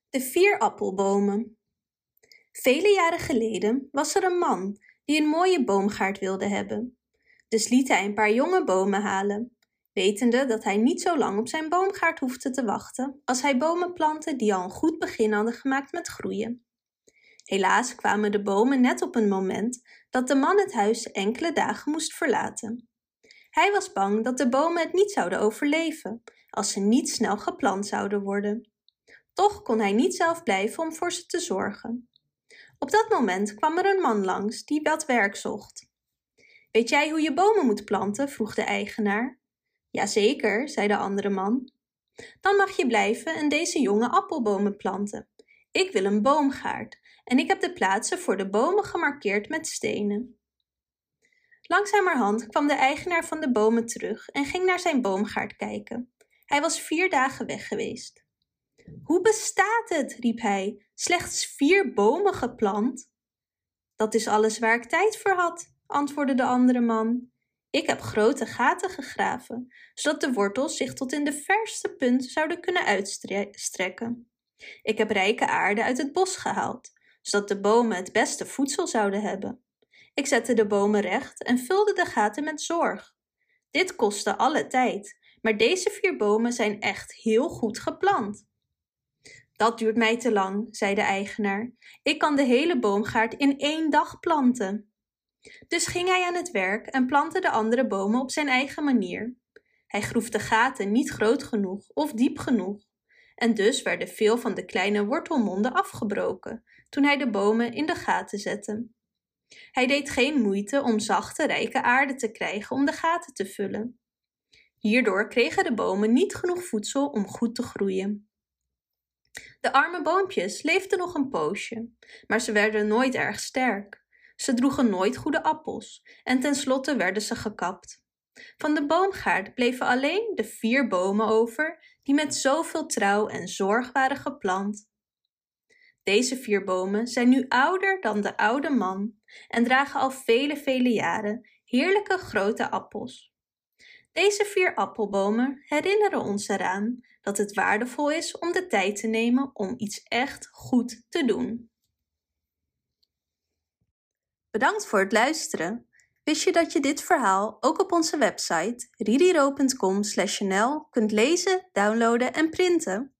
De 4 appelbomen. Vele jaren geleden was er een man die een mooie boomgaard wilde hebben. Dus liet hij een paar jonge bomen halen, wetende dat hij niet zo lang op zijn boomgaard hoefde te wachten als hij bomen plantte die al een goed begin hadden gemaakt met groeien. Helaas kwamen de bomen net op een moment dat de man het huis enkele dagen moest verlaten. Hij was bang dat de bomen het niet zouden overleven als ze niet snel geplant zouden worden. Toch kon hij niet zelf blijven om voor ze te zorgen. Op dat moment kwam er een man langs die wat werk zocht. Weet jij hoe je bomen moet planten? Vroeg de eigenaar. Jazeker, zei de andere man. Dan mag je blijven en deze jonge appelbomen planten. Ik wil een boomgaard en ik heb de plaatsen voor de bomen gemarkeerd met stenen. Langzamerhand kwam de eigenaar van de bomen terug en ging naar zijn boomgaard kijken. Hij was 4 dagen weg geweest. Hoe bestaat het? Riep hij. Slechts 4 bomen geplant? Dat is alles waar ik tijd voor had, antwoordde de andere man. Ik heb grote gaten gegraven, zodat de wortels zich tot in de verste punt zouden kunnen uitstrekken. Ik heb rijke aarde uit het bos gehaald, zodat de bomen het beste voedsel zouden hebben. Ik zette de bomen recht en vulde de gaten met zorg. Dit kostte alle tijd, maar deze 4 bomen zijn echt heel goed geplant. Dat duurt mij te lang, zei de eigenaar. Ik kan de hele boomgaard in 1 dag planten. Dus ging hij aan het werk en plantte de andere bomen op zijn eigen manier. Hij groef de gaten niet groot genoeg of diep genoeg. En dus werden veel van de kleine wortelmonden afgebroken toen hij de bomen in de gaten zette. Hij deed geen moeite om zachte, rijke aarde te krijgen om de gaten te vullen. Hierdoor kregen de bomen niet genoeg voedsel om goed te groeien. De arme boompjes leefden nog een poosje, maar ze werden nooit erg sterk. Ze droegen nooit goede appels en tenslotte werden ze gekapt. Van de boomgaard bleven alleen de 4 bomen over die met zoveel trouw en zorg waren geplant. Deze 4 bomen zijn nu ouder dan de oude man en dragen al vele jaren heerlijke grote appels. Deze 4 appelbomen herinneren ons eraan dat het waardevol is om de tijd te nemen om iets echt goed te doen. Bedankt voor het luisteren. Wist je dat je dit verhaal ook op onze website ririro.com/nl kunt lezen, downloaden en printen?